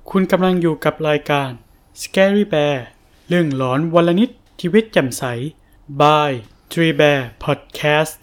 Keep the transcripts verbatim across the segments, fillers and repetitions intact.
คุณกำลังอยู่กับรายการ Scary Bear เรื่องหลอนวันละนิดชีวิตแจ่มใส by Tree Bear Podcast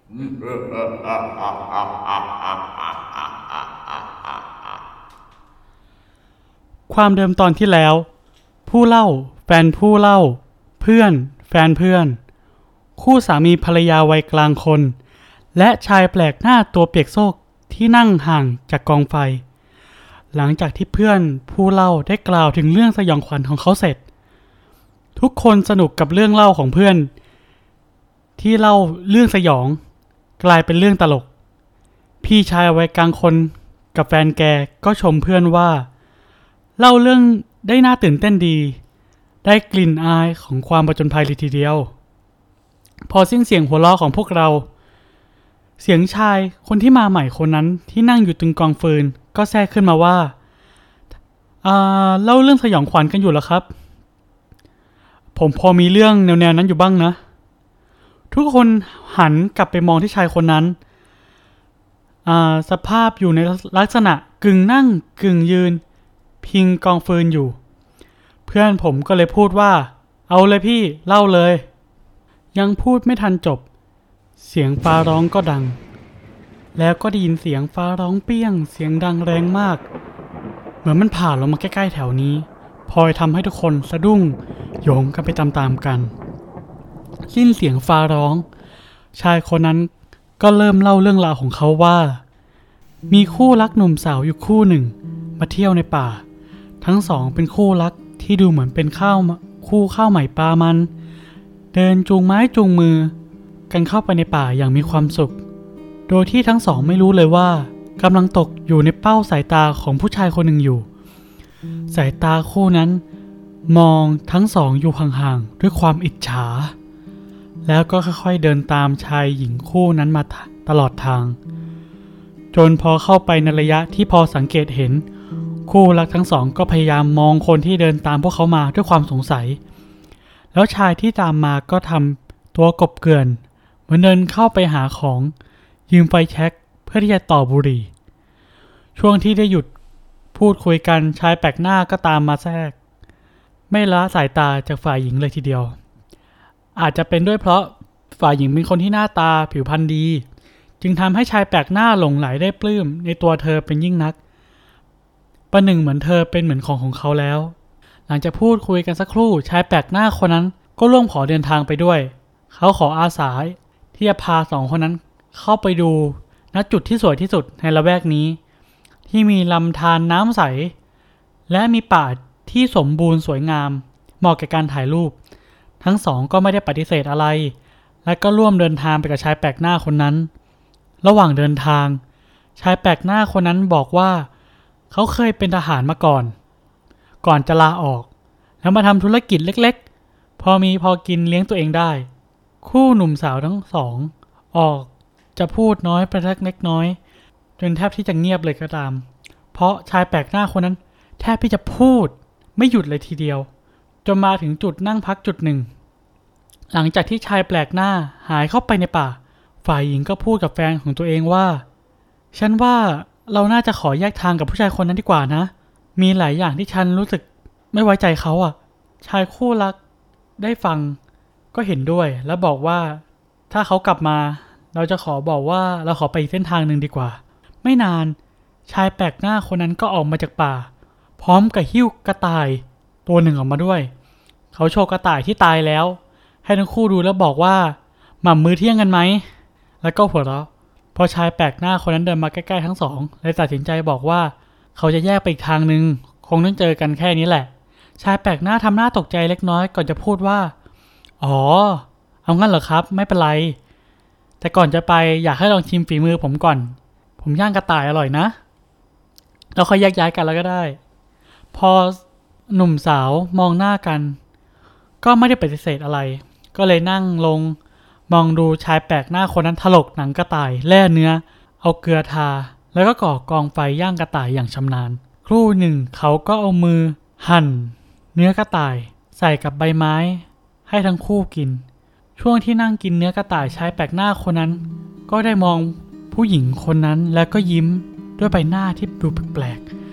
ความเดิมตอนที่แล้วผู้เล่าแฟนผู้เล่าเพื่อนแฟนเพื่อนคู่สามีภรรยาวัยกลางคนและชายแปลกหน้าตัวเปียกโซกที่นั่งห่างจากกองไฟหลังจากที่เพื่อนผู้เล่าได้กล่าวถึงเรื่องสยองขวัญของเขาเสร็จทุกคนสนุกกับเรื่องเล่าของเพื่อนที่เล่าเรื่องสยองกลายเป็นเรื่องตลกพี่ชายวัยกลางคนกับแฟนแกก็ชมเพื่อนว่าเล่าเรื่องได้น่าตื่นเต้นดีได้กลิ่นอายของความผจญภัยเลยทีเดียวพอสิ้นเสียงหัวเราะของพวกเราเสียงชายคนที่มาใหม่คนนั้นที่นั่งอยู่ตรงกองฟืนก็แทรกขึ้นมาว่าอ่าเล่าเรื่องสยองขวัญกันอยู่เหรอครับผมพอมีเรื่องแนวๆนั้นอยู่บ้างนะทุกคนหันกลับไปมองที่ชายคนนั้นอ่าสภาพอยู่ในลักษณะกึ่งนั่งกึ่งยืนพิงกองฟืนอยู่เพื่อนผมก็เลยพูดว่าเอาเลยพี่เล่าเลยยังพูดไม่ทันจบเสียงฟ้าร้องก็ดังแล้วก็ได้ยินเสียงฟ้าร้องเปี้ยงเสียงดังแรงมากเหมือนมันผ่านลงมาใกล้ๆแถวนี้พลอยทำให้ทุกคนสะดุ้งโยงกันไปตามๆกันสิ้นเสียงฟ้าร้องชายคนนั้นก็เริ่มเล่าเรื่องราวของเขาว่ามีคู่รักหนุ่มสาวอยู่คู่หนึ่งมาเที่ยวในป่าทั้งสองเป็นคู่รักที่ดูเหมือนเป็นข้าวคู่ข้าวใหม่ปลามันเดินจูงไม้จูงมือกันเข้าไปในป่าอย่างมีความสุขโดยที่ทั้งสองไม่รู้เลยว่ากำลังตกอยู่ในเป้าสายตาของผู้ชายคนหนึ่งอยู่สายตาคู่นั้นมองทั้งสองอยู่ห่างๆด้วยความอิจฉาแล้วก็ค่อยๆเดินตามชายหญิงคู่นั้นมาตลอดทางจนพอเข้าไปในระยะที่พอสังเกตเห็นคู่รักทั้งสองก็พยายามมองคนที่เดินตามพวกเขามาด้วยความสงสัยแล้วชายที่ตามมาก็ทำตัวกบเกลื่อนเหมือนเดินเข้าไปหาของยืมไฟแช็กเพื่อที่จะต่อบุหรี่ช่วงที่ได้หยุดพูดคุยกันชายแปลกหน้าก็ตามมาแทรกไม่ละสายตาจากฝ่ายหญิงเลยทีเดียวอาจจะเป็นด้วยเพราะฝ่ายหญิงเป็นคนที่หน้าตาผิวพรรณดีจึงทำให้ชายแปลกหน้าหลงไหลได้ปลื้มในตัวเธอเป็นยิ่งนักประหนึ่งเหมือนเธอเป็นเหมือนของของเขาแล้วหลังจากพูดคุยกันสักครู่ชายแปลกหน้าคนนั้นก็ร่วมขอเดินทางไปด้วยเขาขออาสาที่จะพาสองคนนั้นเข้าไปดูณจุดที่สวยที่สุดในละแวกนี้ที่มีลำธารน้ำใสและมีป่าที่สมบูรณ์สวยงามเหมาะแก่การถ่ายรูปทั้งสองก็ไม่ได้ปฏิเสธอะไรและก็ร่วมเดินทางไปกับชายแปลกหน้าคนนั้นระหว่างเดินทางชายแปลกหน้าคนนั้นบอกว่าเขาเคยเป็นทหารมาก่อนก่อนจะลาออกแล้วมาทำธุรกิจเล็กๆพอมีพอกินเลี้ยงตัวเองได้คู่หนุ่มสาวทั้งสองออกจะพูดน้อยไปสักเล็กน้อยจนแทบที่จะเงียบเลยก็ตามเพราะชายแปลกหน้าคนนั้นแทบที่จะพูดไม่หยุดเลยทีเดียวจนมาถึงจุดนั่งพักจุดหนึ่งหลังจากที่ชายแปลกหน้าหายเข้าไปในป่าฝ่ายหญิงก็พูดกับแฟนของตัวเองว่าฉันว่าเราน่าจะขอแยกทางกับผู้ชายคนนั้นดีกว่านะมีหลายอย่างที่ฉันรู้สึกไม่ไว้ใจเขาอ่ะชายคู่รักได้ฟังก็เห็นด้วยและบอกว่าถ้าเขากลับมาเราจะขอบอกว่าเราขอไปอีกเส้นทางหนึ่งดีกว่าไม่นานชายแปลกหน้าคนนั้นก็ออกมาจากป่าพร้อมกับหิ้วกระต่ายตัวหนึ่งออกมาด้วยเขาโชว์กระต่ายที่ตายแล้วให้ทั้งคู่ดูแล้วบอกว่าหม่ำมื้อเที่ยงกันไหมแล้วก็หัวเราะพอชายแปลกหน้าคนนั้นเดินมาใกล้ๆทั้งสองเลยตัดสินใจบอกว่าเขาจะแยกไปอีกทางนึงคงต้องเจอกันแค่นี้แหละชายแปลกหน้าทำหน้าตกใจเล็กน้อยก่อนจะพูดว่าอ๋อเอางั้นเหรอครับไม่เป็นไรแต่ก่อนจะไปอยากให้ลองชิมฝีมือผมก่อนผมย่างกระต่ายอร่อยนะเราค่อยแยกย้ายกันแล้วก็ได้พอหนุ่มสาวมองหน้ากันก็ไม่ได้ปฏิเสธอะไรก็เลยนั่งลงมองดูชายแปลกหน้าคนนั้นถลกหนังกระต่ายแล่เนื้อเอาเกลือทาแล้วก็ก่อกองไฟย่างกระต่ายอย่างชำนาญครู่หนึ่งเขาก็เอามือหั่นเนื้อกระต่ายใส่กับใบไม้ให้ทั้งคู่กินช่วงที่นั่งกินเนื้อกระต่ายชายแปลกหน้าคนนั้นก็ได้มองผู้หญิงคนนั้นแล้วก็ยิ้มด้วยใบหน้าที่ดูแปลกๆ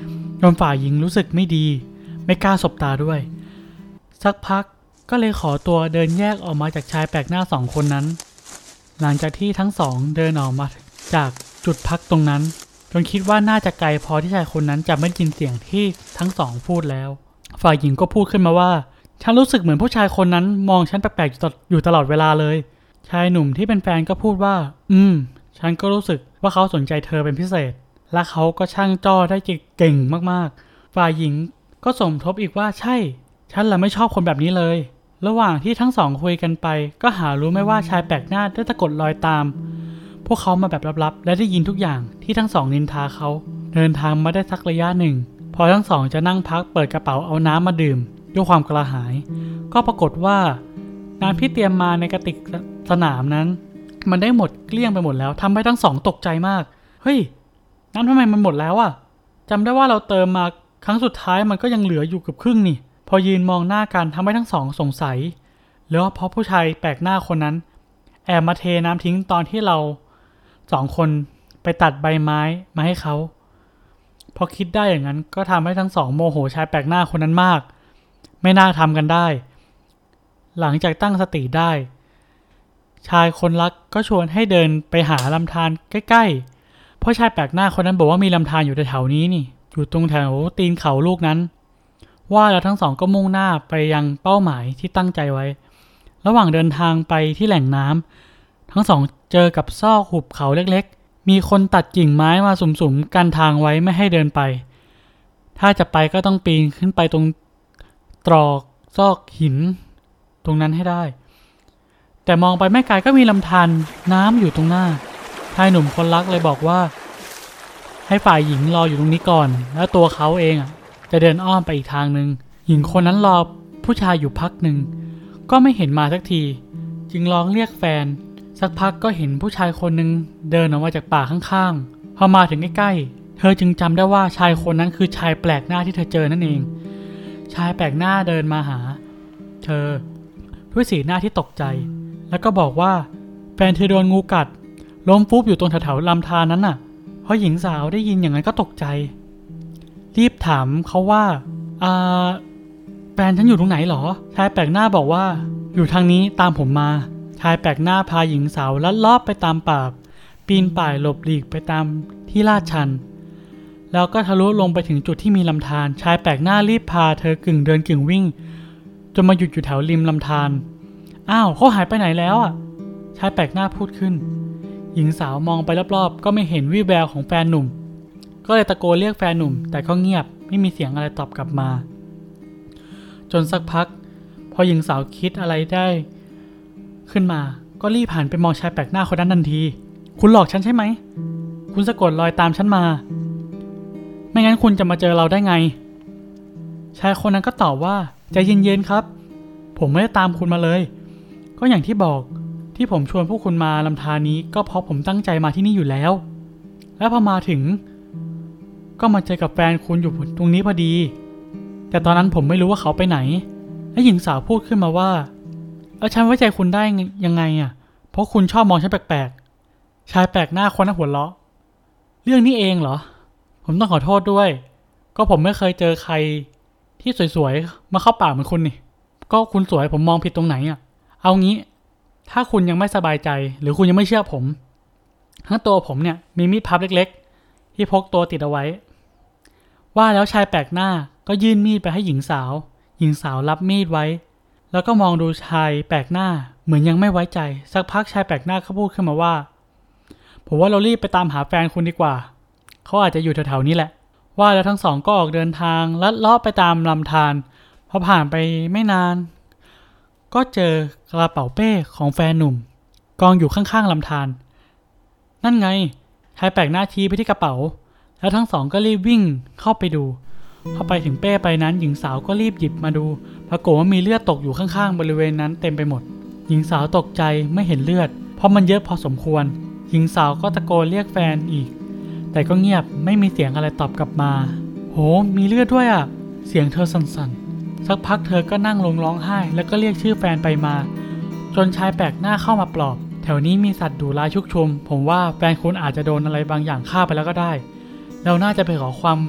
จนฝ่ายหญิงรู้สึกไม่ดีไม่กล้าสบตาด้วยสักพักก็เลยขอตัวเดินแยกออกมาจากชายแปลกหน้าสองคนนั้นหลังจากที่ทั้งสองเดินออกมาจากจุดพักตรงนั้นจนคิดว่าน่าจะไกลพอที่ชายคนนั้นจะไม่ได้ยินเสียงที่ทั้งสองพูดแล้วฝ่ายหญิงก็พูดขึ้นมาว่าฉันรู้สึกเหมือนผู้ชายคนนั้นมองฉันแปลกๆอยู่ตลอดเวลาเลยชายหนุ่มที่เป็นแฟนก็พูดว่าอืมฉันก็รู้สึกว่าเขาสนใจเธอเป็นพิเศษและเขาก็ช่างจ้อได้เก่งมากๆฝ่ายหญิงก็สมทบอีกว่าใช่ฉันละไม่ชอบคนแบบนี้เลยระหว่างที่ทั้งสองคุยกันไปก็หารู้ไม่ว่าชายแปลกหน้าได้ตะกดรอยตามพวกเขามาแบบลับๆและได้ยินทุกอย่างที่ทั้งสองนินทาเขาเดินทางมาได้สักระยะหนึ่งพอทั้งสองจะนั่งพักเปิดกระเป๋าเอาน้ำมาดื่มด้วยความกระหายก็ปรากฏว่าน้ำที่เตรียมมาในกระติกสนามนั้นมันได้หมดเกลี้ยงไปหมดแล้วทำให้ทั้งสองตกใจมากเฮ้ยน้ำทำไมมันหมดแล้วอะจำได้ว่าเราเติมมาครั้งสุดท้ายมันก็ยังเหลืออยู่เกือบครึ่งนี่พอยืนมองหน้ากันทำให้ทั้งสองสงสัยหรือว่าเพราะผู้ชายแปลกหน้าคนนั้นแอบมาเทน้ำทิ้งตอนที่เราสองคนไปตัดใบไม้มาให้เขาพอคิดได้อย่างนั้นก็ทำให้ทั้งสองโมโหชายแปลกหน้าคนนั้นมากไม่น่าทำกันได้หลังจากตั้งสติได้ชายคนรักก็ชวนให้เดินไปหาลำธารใกล้ๆเพราะชายแปลกหน้าคนนั้นบอกว่ามีลำธารอยู่แถวๆนี้นี่อยู่ตรงแถวตีนเขาลูกนั้นว่าแล้วทั้งสองก็มุ่งหน้าไปยังเป้าหมายที่ตั้งใจไว้ระหว่างเดินทางไปที่แหล่งน้ำทั้งสองเจอกับซอกหุบเขาเล็กๆมีคนตัดกิ่งไม้มาสุมๆกันทางไว้ไม่ให้เดินไปถ้าจะไปก็ต้องปีนขึ้นไปตรงตรอกซอกหินตรงนั้นให้ได้แต่มองไปไม่ไกลก็มีลำธารน้ำอยู่ตรงหน้าชายหนุ่มคนรักเลยบอกว่าให้ฝ่ายหญิงรออยู่ตรงนี้ก่อนแล้วตัวเขาเองอ่ะจะเดินอ้อมไปอีกทางนึงหญิงคนนั้นรอผู้ชายอยู่พักหนึ่งก็ไม่เห็นมาสักทีจึงร้องเรียกแฟนสักพักก็เห็นผู้ชายคนหนึ่งเดินออกมาจากป่าข้างๆพอมาถึงใกล้ๆเธอจึงจำได้ว่าชายคนนั้นคือชายแปลกหน้าที่เธอเจอนั่นเองชายแปลกหน้าเดินมาหาเธอด้วยสีหน้าที่ตกใจแล้วก็บอกว่าแฟนเธอโดนงูกัดล้มฟุบอยู่ตรงแถวๆลำธารนั้นน่ะพอหญิงสาวได้ยินอย่างนั้นก็ตกใจรีบถามเขาว่าอ่าแฟนฉันอยู่ตรงไหนหรอชายแปลกหน้าบอกว่าอยู่ทางนี้ตามผมมาชายแปลกหน้าพาหญิงสาวลัดเลาะไปตามป่าปีนป่ายหลบหลีกไปตามที่ลาดชันแล้วก็ทะลุลงไปถึงจุดที่มีลำธารชายแปลกหน้ารีบพาเธอกึ่งเดินกึ่งวิ่งจนมาหยุดอยู่แถวริมลำธารอ้าวเขาหายไปไหนแล้วอ่ะชายแปลกหน้าพูดขึ้นหญิงสาวมองไปรอบๆก็ไม่เห็นวี่แววของแฟนหนุ่มก็เลยตะโกนเรียกแฟนหนุ่มแต่ก็เงียบไม่มีเสียงอะไรตอบกลับมาจนสักพักพอหญิงสาวคิดอะไรได้ขึ้นมาก็รีบหันไปมองชายแปลกหน้าคนนั้นทันทีคุณหลอกฉันใช่ไหมคุณสะกดรอยตามฉันมาไม่งั้นคุณจะมาเจอเราได้ไงชายคนนั้นก็ตอบว่าใจเย็นๆครับผมไม่ได้ตามคุณมาเลยก็อย่างที่บอกที่ผมชวนพวกคุณมาลำธารนี้ก็เพราะผมตั้งใจมาที่นี่อยู่แล้วและพอมาถึงก็มาเจอกับแฟนคุณอยู่ตรงนี้พอดีแต่ตอนนั้นผมไม่รู้ว่าเขาไปไหนและหญิงสาวพูดขึ้นมาว่าแล้วฉันไว้ใจคุณได้ยังไงอ่ะเพราะคุณชอบมองฉันแปลกๆชายแปลกหน้าคนนั้นหัวเราะเรื่องนี้เองเหรอผมต้องขอโทษด้วยก็ผมไม่เคยเจอใครที่สวยๆมาเข้าปากเหมือนคุณนี่ก็คุณสวยผมมองผิดตรงไหนอ่ะเอางี้ถ้าคุณยังไม่สบายใจหรือคุณยังไม่เชื่อผมทั้งตัวผมเนี่ยมีมีดพับเล็กๆที่พกตัวติดเอาไว้ว่าแล้วชายแปลกหน้าก็ยื่นมีดไปให้หญิงสาวหญิงสาวรับมีดไว้แล้วก็มองดูชายแปลกหน้าเหมือนยังไม่ไว้ใจสักพักชายแปลกหน้าเขาพูดขึ้นมาว่าผมว่าเรารีบไปตามหาแฟนคุณดีกว่าเขาอาจจะอยู่แถวๆนี้แหละว่าแล้วทั้งสองก็ออกเดินทางลัดเลาะไปตามลำธารพอผ่านไปไม่นานก็เจอกระเป๋าเป้ของแฟนหนุ่มกองอยู่ข้างๆลำธารนั่นไงชายแปลกหน้าชี้ไปที่กระเป๋าแล้วทั้งสองก็รีบวิ่งเข้าไปดูพอไปถึงเป้ใบนั้นหญิงสาวก็รีบหยิบมาดูปรากฏว่ามีเลือดตกอยู่ข้างๆบริเวณนั้นเต็มไปหมดหญิงสาวตกใจไม่เห็นเลือดเพราะมันเยอะพอสมควรหญิงสาวก็ตะโกนเรียกแฟนอีกแต่ก็เงียบไม่มีเสียงอะไรตอบกลับมาโหมีเลือดด้วยอ่ะเสียงเธอสั่นๆสักพักเธอก็นั่งลงร้องไห้แล้วก็เรียกชื่อแฟนไปมาจนชายแปลกหน้าเข้ามาปลอบแถวนี้มีสัตว์ดุร้ายชุกชุมผมว่าแฟนคุณอาจจะโดนอะไรบางอย่างฆ่าไปแล้วก็ได้เราน่าจะไปขอความ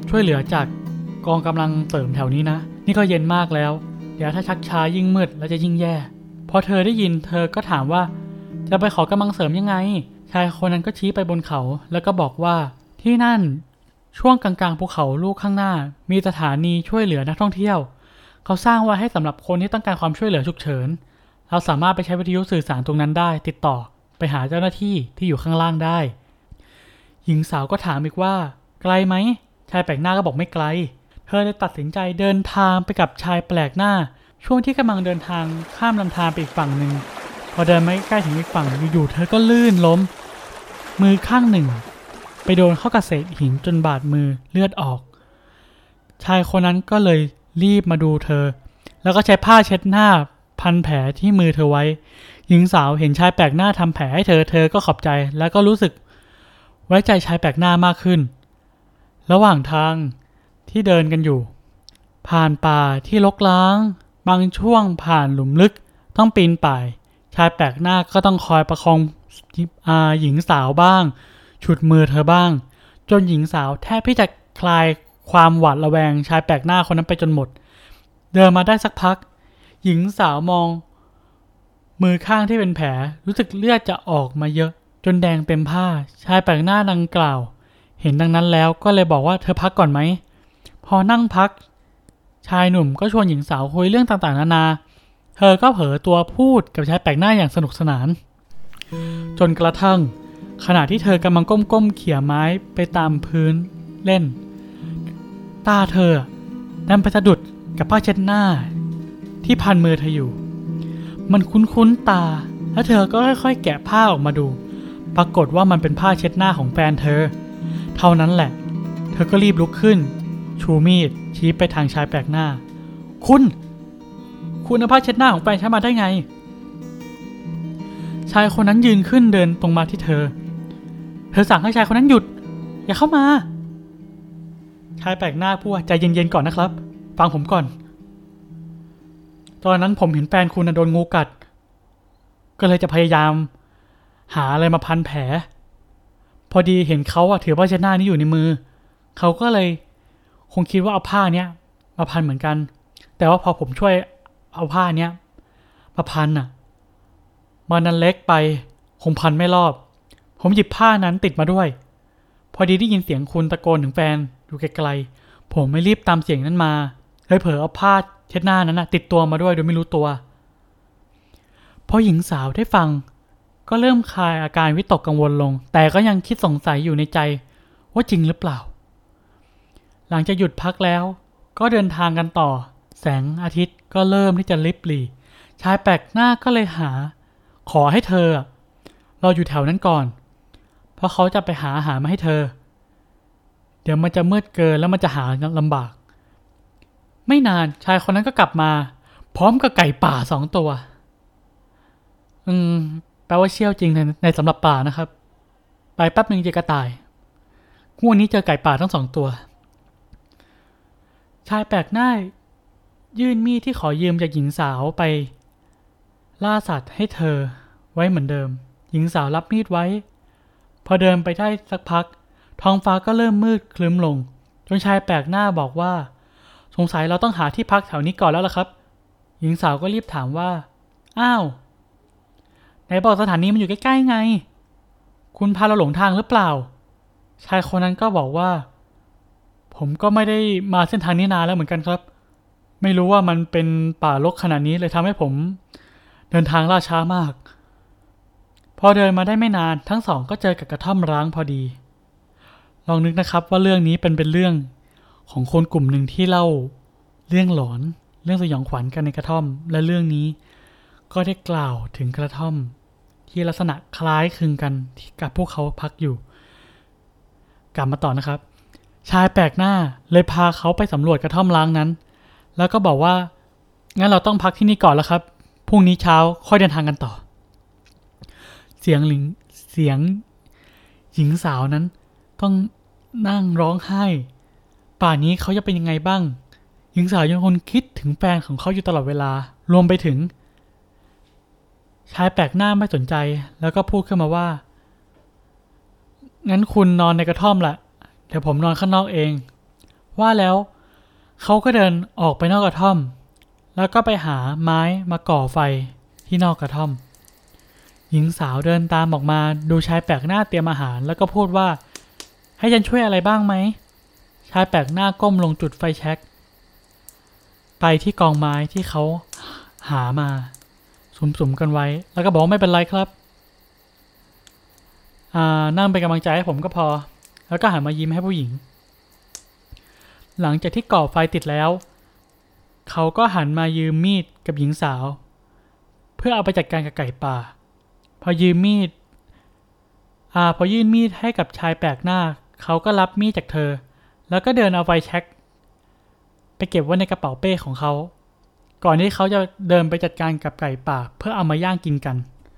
ช่วยเหลือจากกองกำลังเสริมแถวนี้นะนี่ก็เย็นมากแล้วเดี๋ยวถ้าชักช้ายิ่งมืดแล้วจะยิ่งแย่พอเธอได้ยินเธอก็ถามว่าจะไปขอกำลังเสริมยังไงชายคนนั้นก็ชี้ไปบนเขาแล้วก็บอกว่าที่นั่นช่วงกลางๆภูเขาลูกข้างหน้ามีสถานีช่วยเหลือนักท่องเที่ยวเขาสร้างไว้ให้สำหรับคนที่ต้องการความช่วยเหลือฉุกเฉินเราสามารถไปใช้วิทยุสื่อสารตรงนั้นได้ติดต่อไปหาเจ้าหน้าที่ที่อยู่ข้างล่างได้หญิงสาวก็ถามอีกว่าไกลไหมชายแปลกหน้าก็บอกไม่ไกลเธอเลยตัดสินใจเดินทางไปกับชายแปลกหน้าช่วงที่กำลังเดินทางข้ามลำธารไปอีกฝั่งหนึ่งพอเดินไม่ใกล้ถึงอีกฝั่งอยู่ๆเธอก็ลื่นล้มมือข้างหนึ่งไปโดนเข้ากับเศษหินจนบาดมือเลือดออกชายคนนั้นก็เลยรีบมาดูเธอแล้วก็ใช้ผ้าเช็ดหน้าพันแผลที่มือเธอไว้หญิงสาวเห็นชายแปลกหน้าทำแผลให้เธอเธอก็ขอบใจแล้วก็รู้สึกไว้ใจชายแปลกหน้ามากขึ้นระหว่างทางที่เดินกันอยู่ผ่านป่าที่รกร้างบางช่วงผ่านหลุมลึกต้องปีนป่ายชายแปลกหน้าก็ต้องคอยประคองอาหญิงสาวบ้างฉุดมือเธอบ้างจนหญิงสาวแทบที่จะคลายความหวาดระแวงชายแปลกหน้าคนนั้นไปจนหมดเดินมาได้สักพักหญิงสาวมองมือข้างที่เป็นแผลรู้สึกเลือดจะออกมาเยอะจนแดงเต็มผ้าชายแปลกหน้าดังกล่าวเห็นดังนั้นแล้วก็เลยบอกว่าเธอพักก่อนไหมพอนั่งพักชายหนุ่มก็ชวนหญิงสาวคุยเรื่องต่างๆนานาเธอก็เผลอตัวพูดกับชายแปลกหน้าอย่างสนุกสนานจนกระทั่งขณะที่เธอกำลังก้มๆเขี่ยไม้ไปตามพื้นเล่นตาเธอดันไปสะดุดกับผ้าเช็ดหน้าที่พันมือเธออยู่มันคุ้นๆตาแล้วเธอก็ค่อยๆแกะผ้าออกมาดูปรากฏว่ามันเป็นผ้าเช็ดหน้าของแฟนเธอเท่านั้นแหละเธอก็รีบลุกขึ้นชูมีดชี้ไปทางชายแปลกหน้าคุณคุณเอาผ้าเช็ดหน้าของแฟนฉันมาได้ไงชายคนนั้นยืนขึ้นเดินตรงมาที่เธอเธอสั่งให้ชายคนนั้นหยุดอย่าเข้ามาชายแปลกหน้าพูดว่าใจเย็นๆก่อนนะครับฟังผมก่อนตอนนั้นผมเห็นแฟนคุณโดนงูกัดก็เลยจะพยายามหาอะไรมาพันแผลพอดีเห็นเขาถือผ้าเช็ดหน้านี้อยู่ในมือเขาก็เลยคงคิดว่าเอาผ้าเนี้ยมาพันเหมือนกันแต่ว่าพอผมช่วยเอาผ้าเนี้ยมาพันอ่ะมันนั้นเล็กไปคงพันไม่รอบผมหยิบผ้านั้นติดมาด้วยพอดีได้ยินเสียงคุณตะโกนถึงแฟนอยู่ไกลๆผมไม่รีบตามเสียงนั้นมาเลยเผลอเอาผ้าเช็ดหน้านั้นนะติดตัวมาด้วยโดยไม่รู้ตัวพอหญิงสาวได้ฟังก็เริ่มคลายอาการวิตกกังวลลงแต่ก็ยังคิดสงสัยอยู่ในใจว่าจริงหรือเปล่าหลังจากหยุดพักแล้วก็เดินทางกันต่อแสงอาทิตย์ก็เริ่มที่จะลิบหลี่ชายแปลกหน้าก็เลยหาขอให้เธอเราอยู่แถวนั้นก่อนเพราะเขาจะไปหาอาหารมาให้เธอเดี๋ยวมันจะมืดเกินแล้วมันจะหาลำบากไม่นานชายคนนั้นก็กลับมาพร้อมกับไก่ป่าสองตัวอืมแปลว่าเชี่ยวจริงในในสำหรับป่านะครับไปแป๊บนึงเจอกระต่ายคู่นี้เจอไก่ป่าทั้งสองตัวชายแปลกหน้ายื่นมีดที่ขอยืมจากหญิงสาวไปล่าสัตว์ให้เธอไว้เหมือนเดิมหญิงสาวรับมีดไว้พอเดินไปได้สักพักท้องฟ้าก็เริ่มมืดครึ้มลงจนชายแปลกหน้าบอกว่าสงสัยเราต้องหาที่พักแถวนี้ก่อนแล้วล่ะครับหญิงสาวก็รีบถามว่าอ้าวไหนบอกสถานีมันอยู่ใกล้ๆไงคุณพาเราหลงทางหรือเปล่าชายคนนั้นก็บอกว่าผมก็ไม่ได้มาเส้นทางนี้นานแล้วเหมือนกันครับไม่รู้ว่ามันเป็นป่ารกขนาดนี้เลยทำให้ผมเดินทางล่าช้ามากพอเดินมาได้ไม่นานทั้งสองก็เจอกับกระท่อมร้างพอดีลองนึกนะครับว่าเรื่องนี้เป็นเป็นเรื่องของคนกลุ่มหนึ่งที่เล่าเรื่องหลอนเรื่องสยองขวัญกันในกระท่อมและเรื่องนี้ก็ได้กล่าวถึงกระท่อมที่ลักษณะคล้ายคลึงกันที่กับพวกเขาพักอยู่กลับมาต่อนะครับชายแปลกหน้าเลยพาเขาไปสำรวจกระท่อมร้างนั้นแล้วก็บอกว่างั้นเราต้องพักที่นี่ก่อนแล้วครับพรุ่งนี้เช้าค่อยเดินทางกันต่อเสียงหลิงเสียงหญิงสาวนั้นต้องนั่งร้องไห้ป่านนี้เขาจะเป็นยังไงบ้างหญิงสาวยังคงคิดถึงแฟนของเขาอยู่ตลอดเวลารวมไปถึงชายแปลกหน้าไม่สนใจแล้วก็พูดขึ้นมาว่างั้นคุณนอนในกระท่อมแหละเดี๋ยวผมนอนข้างนอกเองว่าแล้วเขาก็เดินออกไปนอกกระท่อมแล้วก็ไปหาไม้มาก่อไฟที่นอกกระท่อมหญิงสาวเดินตามออกมาดูชายแปลกหน้าเตรียมอาหารแล้วก็พูดว่าให้ฉันช่วยอะไรบ้างไหมชายแปลกหน้าก้มลงจุดไฟแช็กไปที่กองไม้ที่เขาหามาสุมๆกันไว้แล้วก็บอกไม่เป็นไรครับอ่านั่งเป็นกำลังใจให้ผมก็พอแล้วก็หันมายิ้มให้ผู้หญิงหลังจากที่ก่อไฟติดแล้วเขาก็หันมายืมมีดกับหญิงสาวเพื่อเอาไปจัดการกับไก่ป่าพอยืมมีดอ่าพอยื่นมีดให้กับชายแปลกหน้าเขาก็รับมีดจากเธอแล้วก็เดินเอาไฟแช็กไปเก็บไว้ในกระเป๋าเป้ของเขาก่อนที่เขาจะเดินไปจัดการกับไก่ป่าเพื่อเอามาย่างกินกัน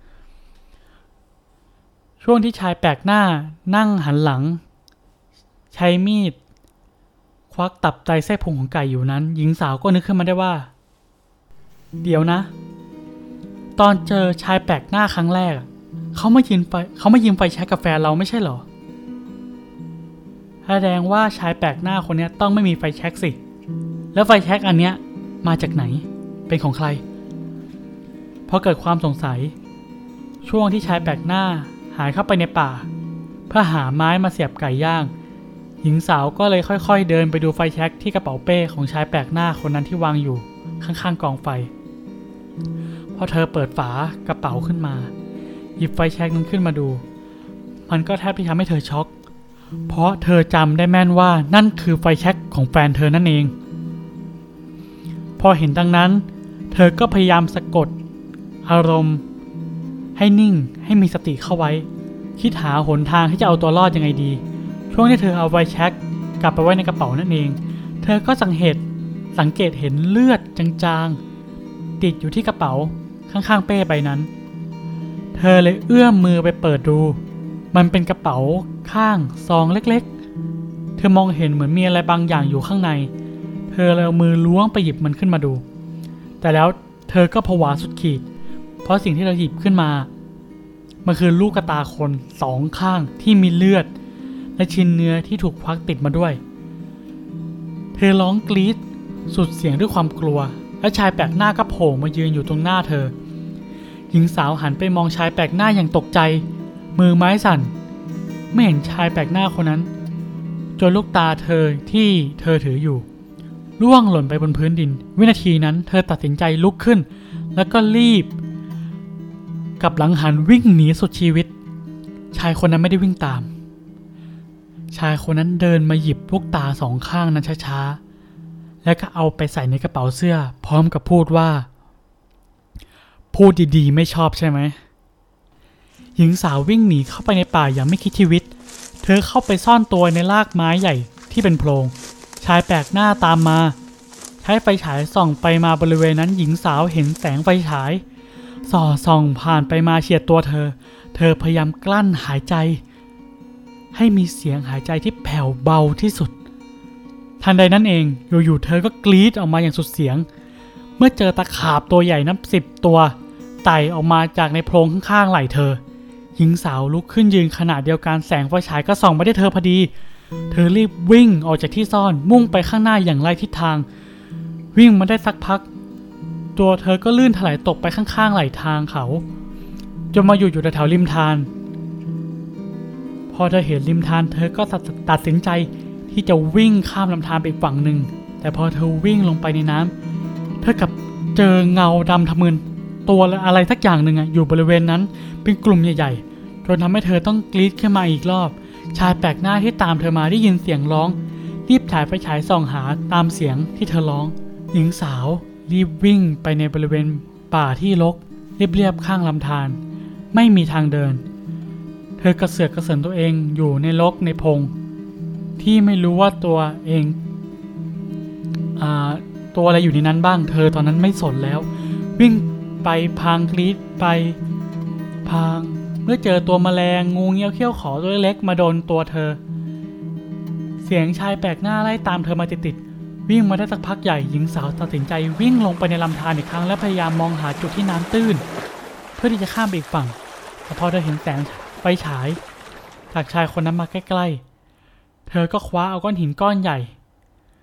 ช่วงที่ชายแปลกหน้านั่งหันหลังใช้มีดควักตับไตไส้พุงของไก่อยู่นั้นหญิงสาวก็นึกขึ้นมาได้ว่าเดี๋ยวนะตอนเจอชายแปลกหน้าครั้งแรกเขามายืนไฟเขามายืมไฟแช็กกับแฟนเราไม่ใช่เหรอแสดงว่าชายแปลกหน้าคนนี้ต้องไม่มีไฟแช็กสิแล้วไฟแช็กอันเนี้ยมาจากไหนเป็นของใครพอเกิดความสงสัยช่วงที่ชายแปลกหน้าหายเข้าไปในป่าเพื่อหาไม้มาเสียบไก่ย่างหญิงสาวก็เลยค่อยๆเดินไปดูไฟแช็กที่กระเป๋าเป้ของชายแปลกหน้าคนนั้นที่วางอยู่ข้างๆกองไฟพอเธอเปิดฝากระเป๋าขึ้นมาหยิบไฟแช็กนั้นขึ้นมาดูมันก็แทบที่ทำให้เธอช็อกเพราะเธอจำได้แม่นว่านั่นคือไฟแช็กของแฟนเธอนั่นเองพอเห็นดังนั้นเธอก็พยายามสะกดอารมณ์ให้นิ่งให้มีสติเข้าไว้คิดหาหนทางที่จะเอาตัวรอดยังไงดีช่วงที่เธอเอาไฟแช็กกลับไปไว้ในกระเป๋านั่นเองเธอก็สังเกตสังเกตเห็นเลือดจางๆติดอยู่ที่กระเป๋าข้างๆเป้ใบนั้นเธอเลยเอื้อมมือไปเปิดดูมันเป็นกระเป๋าข้างซองเล็กๆเธอมองเห็นเหมือนมีอะไรบางอย่างอยู่ข้างในเธอเลยเอามือล้วงไปหยิบมันขึ้นมาดูแต่แล้วเธอก็ผวาสุดขีดเพราะสิ่งที่เธอหยิบขึ้นมามันคือลูกตาคนสองข้างที่มีเลือดและชิ้นเนื้อที่ถูกควักติดมาด้วยเธอร้องกรี๊ดสุดเสียงด้วยความกลัวและชายแปลกหน้าก็โผล่มายืนอยู่ตรงหน้าเธอหญิงสาวหันไปมองชายแปลกหน้าอย่างตกใจมือไม้สั่นไม่เห็นชายแปลกหน้าคนนั้นจนลูกตาเธอที่เธอถืออยู่ร่วงหล่นไปบนพื้นดินวินาทีนั้นเธอตัดสินใจลุกขึ้นแล้วก็รีบกลับหลังหันวิ่งหนีสุดชีวิตชายคนนั้นไม่ได้วิ่งตามชายคนนั้นเดินมาหยิบลูกตาสองข้างนั้นช้าๆแล้วก็เอาไปใส่ในกระเป๋าเสื้อพร้อมกับพูดว่าพูดดีๆไม่ชอบใช่ไหมหญิงสาววิ่งหนีเข้าไปในป่าอย่างไม่คิดชีวิตเธอเข้าไปซ่อนตัวในรากไม้ใหญ่ที่เป็นโพรงชายแปลกหน้าตามมาใช้ไฟฉายส่องไปมาบริเวณนั้นหญิงสาวเห็นแสงไฟฉายส่อส่องผ่านไปมาเฉียดตัวเธอเธอพยายามกลั้นหายใจให้มีเสียงหายใจที่แผ่วเบาที่สุดทันใดนั้นเองอยู่ๆเธอก็กรี๊ดออกมาอย่างสุดเสียงเมื่อเจอตะขาบตัวใหญ่นับสิบตัวไต่ออกมาจากในโพรงข้างๆไหล่เธอหญิงสาวลุกขึ้นยืนขณะเดียวกันแสงไฟฉายก็ส่องไปที่เธอพอดีเธอรีบวิ่งออกจากที่ซ่อนมุ่งไปข้างหน้าอย่างไร้ทิศทางวิ่งมาได้สักพักตัวเธอก็ลื่นถลายตกไปข้างๆไหล่ทางเขาจนมาอยู่อยู่แถวริมทานพอเธอเห็นริมทานเธอก็ตัดสินใจที่จะวิ่งข้ามลำธารไปอีกฝั่งหนึ่งแต่พอเธอวิ่งลงไปในน้ำเธอกลับเจอเงาดำทะมึนตัวอะไรสักอย่างหนึ่งอยู่บริเวณนั้นเป็นกลุ่มใหญ่ๆจนทำให้เธอต้องกรี๊ดขึ้นมาอีกรอบชายแปลกหน้าที่ตามเธอมาได้ยินเสียงร้องรีบฉายไฟฉายส่องหาตามเสียงที่เธอร้องหญิงสาวรีบวิ่งไปในบริเวณป่าที่รกเรียบๆข้างลำธารไม่มีทางเดินเธอกระเสือกกระสนตัวเองอยู่ในรกในพงที่ไม่รู้ว่าตัวเองอ่าตัวอะไรอยู่ในนั้นบ้างเธอตอนนั้นไม่สนแล้ววิ่งไปพางกรี๊ดไปพางเมื่อเจอตัวแมลงงูเงี้ยวเขี้ยวขอตัวเล็กมาโดนตัวเธอเสียงชายแปลกหน้าไล่ตามเธอมาติดๆวิ่งมาได้สักพักใหญ่หญิงสาวตัดสินใจวิ่งลงไปในลำธารอีกครั้งและพยายามมองหาจุดที่น้ำตื้นเพื่อที่จะข้ามไปอีกฝั่งแต่พอเธอเห็นแสงไฟฉายจากชายคนนั้นมาใกล้ๆเธอก็คว้าเอาก้อนหินก้อนใหญ่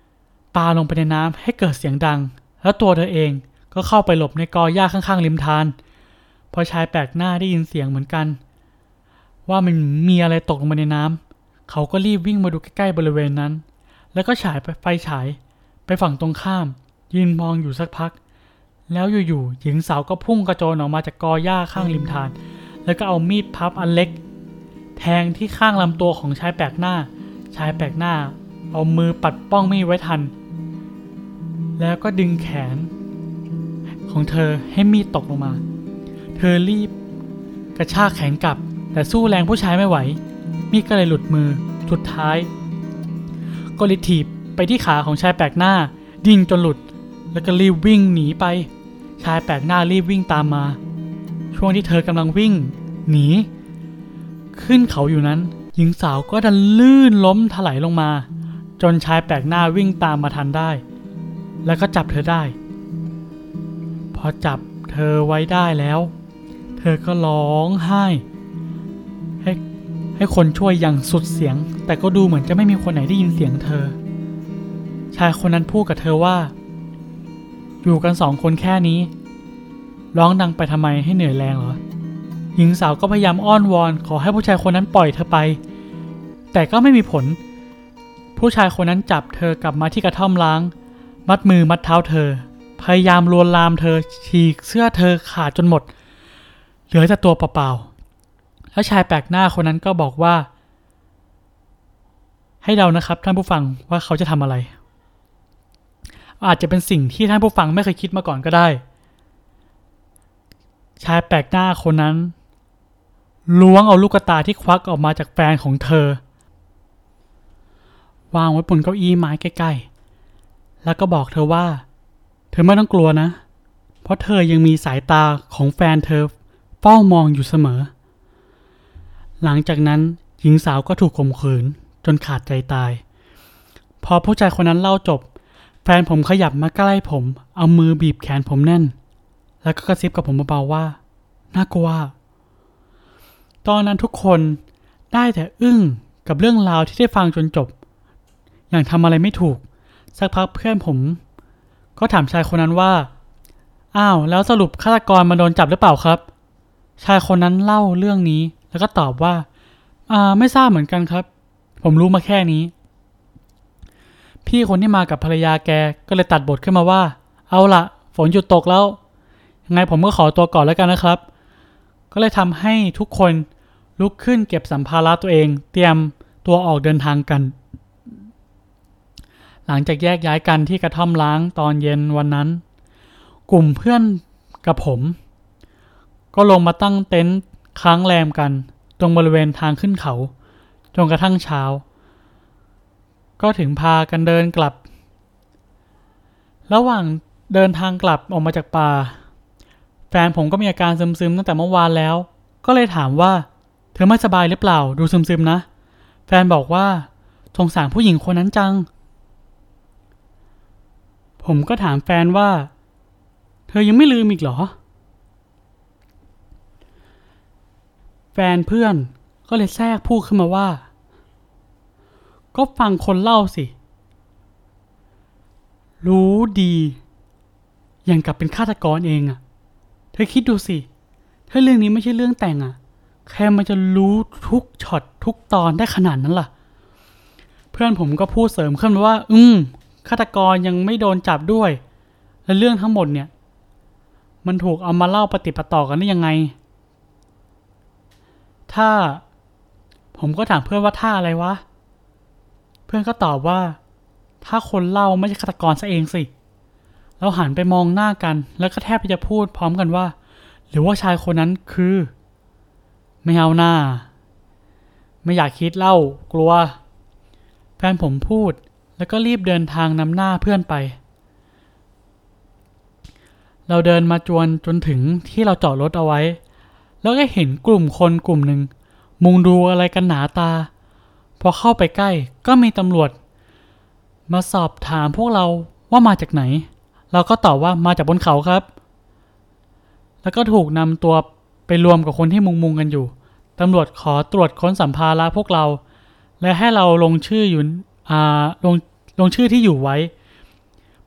ปาลงไปในน้ำให้เกิดเสียงดังแล้วตัวเธอเองก็เข้าไปหลบในกอหญ้าข้างๆริมทานพอชายแปลกหน้าได้ยินเสียงเหมือนกันว่ามันมีอะไรตกลงมาในน้ำเขาก็รีบวิ่งมาดูใกล้ๆบริเวณนั้นแล้วก็ฉายไฟฉายไปฝั่งตรงข้ามยืนมองอยู่สักพักแล้วอยู่ๆหญิงสาวก็พุ่งกระโจนออกมาจากกอหญ้าข้างริมทานแล้วก็เอามีดพับอันเล็กแทงที่ข้างลำตัวของชายแปลกหน้าชายแปลกหน้าเอามือปัดป้องมีดไว้ทันแล้วก็ดึงแขนของเธอให้มีดตกลงมาเธอรีบกระชากแขนกลับแต่สู้แรงผู้ชายไม่ไหวมีดก็เลยหลุดมือสุดท้ายก็เลยถีบไปที่ขาของชายแปลกหน้าดิ้นจนหลุดแล้วก็รีบวิ่งหนีไปชายแปลกหน้ารีบวิ่งตามมาช่วงที่เธอกำลังวิ่งหนีขึ้นเขาอยู่นั้นหญิงสาวก็ดันลื่นล้มถลายลงมาจนชายแปลกหน้าวิ่งตามมาทันได้แล้วก็จับเธอได้พอจับเธอไว้ได้แล้วเธอก็ร้องไห้ให้ให้คนช่วยอย่างสุดเสียงแต่ก็ดูเหมือนจะไม่มีคนไหนได้ยินเสียงเธอชายคนนั้นพูดกับเธอว่าอยู่กันสองคนแค่นี้ร้องดังไปทำไมให้เหนื่อยแรงเหรอหญิงสาวก็พยายามอ้อนวอนขอให้ผู้ชายคนนั้นปล่อยเธอไปแต่ก็ไม่มีผลผู้ชายคนนั้นจับเธอกลับมาที่กระท่อมล้างมัดมือมัดเท้าเธอพยายามลวนลามเธอฉีกเสื้อเธอขาดจนหมดเหลือแต่ตัวเปล่าๆแล้วชายแปลกหน้าคนนั้นก็บอกว่าให้เดานะครับท่านผู้ฟังว่าเขาจะทำอะไรอาจจะเป็นสิ่งที่ท่านผู้ฟังไม่เคยคิดมาก่อนก็ได้ชายแปลกหน้าคนนั้นล้วงเอาลูกตาที่ควักออกมาจากแฟนของเธอวางไว้บนเก้าอี้ไม้ใกล้ๆแล้วก็บอกเธอว่าเธอไม่ต้องกลัวนะเพราะเธอยังมีสายตาของแฟนเธอเฝ้ามองอยู่เสมอหลังจากนั้นหญิงสาวก็ถูกข่มขืนจนขาดใจตายพอผู้ชายคนนั้นเล่าจบแฟนผมขยับมาใกล้ผมเอามือบีบแขนผมแน่นแล้วก็กระซิบกับผมเบาๆว่าน่ากลัวตอนนั้นทุกคนได้แต่อึ้งกับเรื่องราวที่ได้ฟังจนจบอย่างทำอะไรไม่ถูกสักพักเพื่อนผมก็ถามชายคนนั้นว่าอ้าวแล้วสรุปฆาตกรมาโดนจับหรือเปล่าครับชายคนนั้นเล่าเรื่องนี้แล้วก็ตอบว่าอ่าไม่ทราบเหมือนกันครับผมรู้มาแค่นี้พี่คนที่มากับภรรยาแกก็เลยตัดบทขึ้นมาว่าเอาละฝนหยุดตกแล้วยังไงผมก็ขอตัวก่อนแล้วกันนะครับก็เลยทำให้ทุกคนลุกขึ้นเก็บสัมภาระตัวเองเตรียมตัวออกเดินทางกันหลังจากแยกย้ายกันที่กระท่อมล้างตอนเย็นวันนั้นกลุ่มเพื่อนกับผมก็ลงมาตั้งเต็นท์ค้างแรมกันตรงบริเวณทางขึ้นเขาจนกระทั่งเช้าก็ถึงพากันเดินกลับระหว่างเดินทางกลับออกมาจากป่าแฟนผมก็มีอาการซึมๆตั้งแต่เมื่อวานแล้วก็เลยถามว่าเธอไม่สบายหรือเปล่าดูซึมๆนะแฟนบอกว่าสงสารผู้หญิงคนนั้นจังผมก็ถามแฟนว่าเธอยังไม่ลืมอีกเหรอแฟนเพื่อนก็เลยแทรกพูดขึ้นมาว่าก็ฟังคนเล่าสิรู้ดีอย่างกับเป็นฆาตกรเองอะเธอคิดดูสิถ้าเรื่องนี้ไม่ใช่เรื่องแต่งอะใครมันจะรู้ทุกช็อตทุกตอนได้ขนาดนั้นล่ะเพื่อนผมก็พูดเสริมขึ้นมาว่าอืมฆาตกรยังไม่โดนจับด้วยและเรื่องทั้งหมดเนี่ยมันถูกเอามาเล่าปฏิปต่อกันได้ยังไงถ้าผมก็ถามเพื่อนว่าท่าอะไรวะเพื่อนก็ตอบว่าถ้าคนเล่าไม่ใช่ฆาตกรซะเองสิเราหันไปมองหน้ากันแล้วก็แทบจะพูดพร้อมกันว่าหรือว่าชายคนนั้นคือไม่เอาหน้าไม่อยากคิดเล่ากลัวแฟนผมพูดแล้วก็รีบเดินทางนำหน้าเพื่อนไปเราเดินมาจวนจนถึงที่เราจอดรถเอาไว้แล้วก็เห็นกลุ่มคนกลุ่มหนึ่งมุงดูอะไรกันหนาตาพอเข้าไปใกล้ก็มีตำรวจมาสอบถามพวกเราว่ามาจากไหนเราก็ตอบว่ามาจากบนเขาครับแล้วก็ถูกนำตัวไปรวมกับคนที่มุงมุงกันอยู่ตำรวจขอตรวจค้นสัมภาระพวกเราและให้เราลงชื่ออยู่อ่าลงลงชื่อที่อยู่ไว้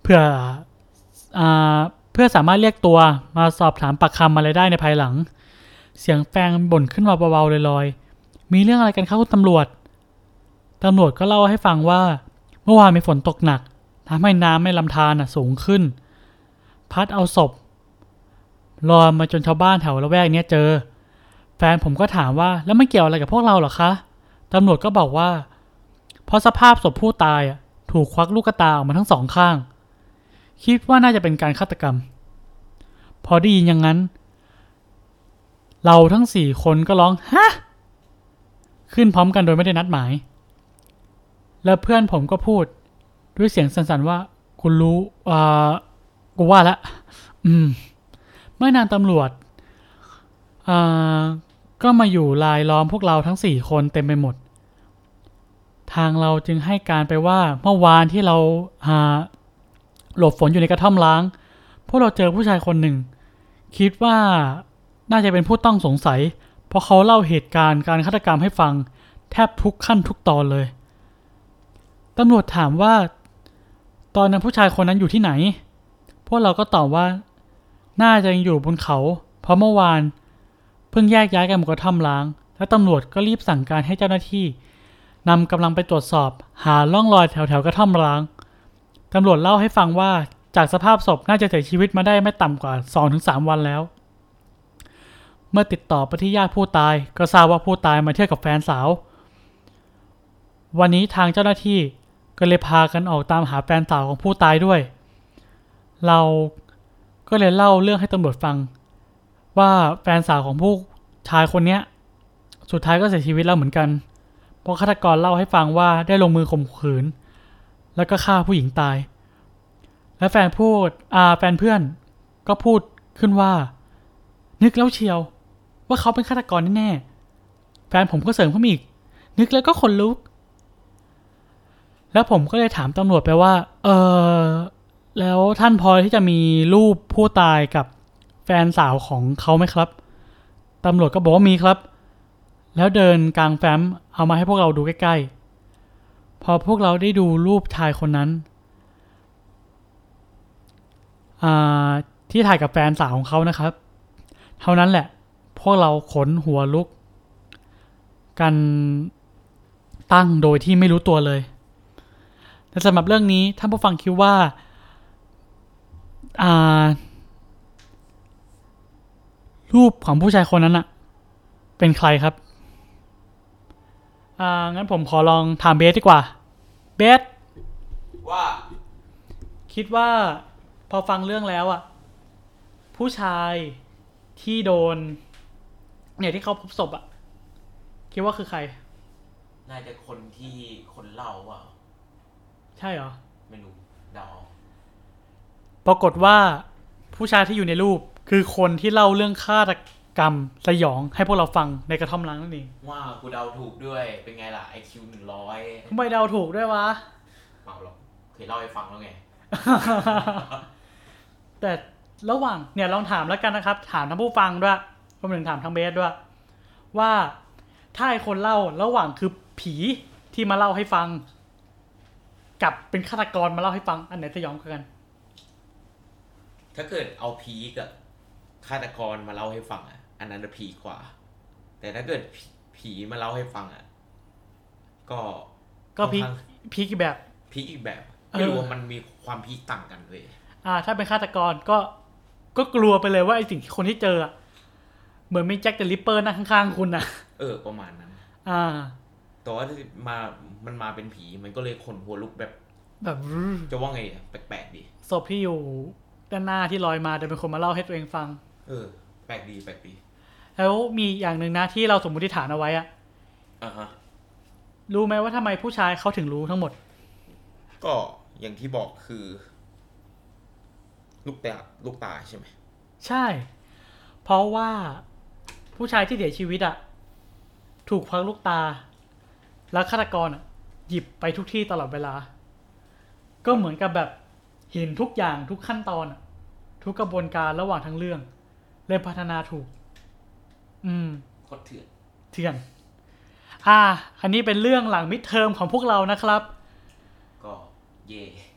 เพื่ออ่าเพื่อสามารถเรียกตัวมาสอบถามปากคำอะไรได้ในภายหลังเสียงแฟนบ่นขึ้นมาเบาๆลอยๆมีเรื่องอะไรกันครับคุณตำรวจตำรวจก็เล่าให้ฟังว่าเมื่อวานมีฝนตกหนักทำให้น้ำในลำธารน่ะสูงขึ้นพัดเอาศพลอยมาจนชาวบ้านแถวละแวกนี้เจอแฟนผมก็ถามว่าแล้วมันเกี่ยวอะไรกับพวกเราเหรอคะตำรวจก็บอกว่าเพราะสภาพศพผู้ตายอ่ะถูกควักลูกตาออกมาทั้งสองข้างคิดว่าน่าจะเป็นการฆาตกรรมพอได้ยินอย่างนั้นเราทั้งสี่คนก็ร้องฮะขึ้นพร้อมกันโดยไม่ได้นัดหมายแล้วเพื่อนผมก็พูดด้วยเสียงสั่นๆว่าคุณรู้อ่ากูว่าละอืมเมื่อนานตำรวจอ่าก็มาอยู่ลายล้อมพวกเราทั้งสี่คนเต็มไปหมดทางเราจึงให้การไปว่าเมื่อวานที่เราอ่าหลบฝนอยู่ในกระท่อมล้างพวกเราเจอผู้ชายคนหนึ่งคิดว่าน่าจะเป็นผู้ต้องสงสัยเพราะเขาเล่าเหตุการณ์การฆาตกรรมให้ฟังแทบทุกขั้นทุกตอนเลยตำรวจถามว่าตอนนั้นผู้ชายคนนั้นอยู่ที่ไหนพวกเราก็ตอบว่าน่าจะยังอยู่บนเขาเพราะเมื่อวานเพิ่งแยกย้ายกันหมดกระท่อมล้างและตำรวจก็รีบสั่งการให้เจ้าหน้าที่นำกำลังไปตรวจสอบหาร่องรอยแถวๆกระท่อมล้างตำรวจเล่าให้ฟังว่าจากสภาพศพน่าจะเสียชีวิตมาได้ไม่ต่ำกว่า สองถึงสาม วันแล้วเมื่อติดต่อไปที่ญาติผู้ตายก็ทราบว่าผู้ตายมาเที่ยวกับแฟนสาววันนี้ทางเจ้าหน้าที่ก็เลยพากันออกตามหาแฟนสาวของผู้ตายด้วยเราก็เลยเล่าเรื่องให้ตำรวจฟังว่าแฟนสาวของผู้ชายคนนี้สุดท้ายก็เสียชีวิตแล้วเหมือนกันเพราะฆาตกรเล่าให้ฟังว่าได้ลงมือข่มขืนแล้วก็ฆ่าผู้หญิงตายและแฟนพูดอ่าแฟนเพื่อนก็พูดขึ้นว่านึกแล้วเชียวว่าเขาเป็นฆาตกรแน่ๆแฟนผมก็เสริมขึ้นอีกนึกแล้วก็ขนลุกแล้วผมก็เลยถามตำรวจไปว่าเออแล้วท่านพอที่จะมีรูปผู้ตายกับแฟนสาวของเขาไหมครับตำรวจก็บอกว่ามีครับแล้วเดินกลางแฟ้มเอามาให้พวกเราดูใกล้ๆพอพวกเราได้ดูรูปชายคนนั้นที่ถ่ายกับแฟนสาวของเขานะครับเท่านั้นแหละพวกเราขนหัวลุกกันตั้งโดยที่ไม่รู้ตัวเลยแต่สำหรับเรื่องนี้ท่านผู้ฟังคิดว่ารูปของผู้ชายคนนั้นอะเป็นใครครับอ่างั้นผมขอลองถามเบสดีกว่าเบสว่าคิดว่าพอฟังเรื่องแล้วอะผู้ชายที่โดนเนี่ยที่เขาพบศพอะคิดว่าคือใครน่าจะคนที่คนเล่าอ่ะใช่เหรอไม่รู้เดาปรากฏว่าผู้ชายที่อยู่ในรูปคือคนที่เล่าเรื่องฆาตกรรมสยองให้พวกเราฟังในกระท่อมล้างนั่นเองว้าวกูเดาถูกด้วยเป็นไงล่ะ ไอ คิว หนึ่งร้อยทำไมเดาถูกด้วยวะเปล่าหรอกเคยเล่าให้ฟังแล้วไงแต่ระหว่างเนี่ยลองถามแล้วกันนะครับถามทั้งผู้ฟังด้วยรวมถึงถามทั้งเบสด้วยว่าถ้าไอคนเล่าระหว่างคือผีที่มาเล่าให้ฟังกับเป็นฆาตกรมาเล่าให้ฟังอันไหนสยองกว่ากันถ้าเกิดเอาผีกับฆาตกรมาเล่าให้ฟังอ่ะอันนั้นจะผีกว่าแต่ถ้าเกิดผีมาเล่าให้ฟังอ่ะก็ก็ผีผีอีกแบบผีอีกแบบไม่รู้ว่ามันมีความผีต่างกันเลยอ่าถ้าเป็นฆาตกรก็ก็กลัวไปเลยว่าไอสิ่งที่คนที่เจออ่ะเหมือนมีแจ็คเดอะริปเปอร์นั่งข้างๆคุณนะเออประมาณนั้นอ่าแต่ว่าที่มามันมาเป็นผีมันก็เลยขนหัวลุกแบบแบบจะว่าไงแปลกๆดีศพที่อยู่ด้านหน้าที่ลอยมาแต่เป็นคนมาเล่าให้ตัวเองฟังเออแปลกดีแปลกดีแล้วมีอย่างหนึ่งนะที่เราสมมติฐานเอาไว้อะอ่าฮะรู้ไหมว่าทำไมผู้ชายเขาถึงรู้ทั้งหมดก็อย่างที่บอกคือลูกตาลูกตาใช่ไหมใช่เพราะว่าผู้ชายที่เสียชีวิตอะถูกควักลูกตาแล้วฆาตกรอะหยิบไปทุกที่ตลอดเวลาก็เหมือนกับแบบเห็นทุกอย่างทุกขั้นตอนทุกกระบวนการระหว่างทั้งเรื่องเลยพัฒนาถูกอืมโคตรเถื่อนเถื่อนอ่าอันนี้เป็นเรื่องหลังมิดเทอมของพวกเรานะครับก็เย่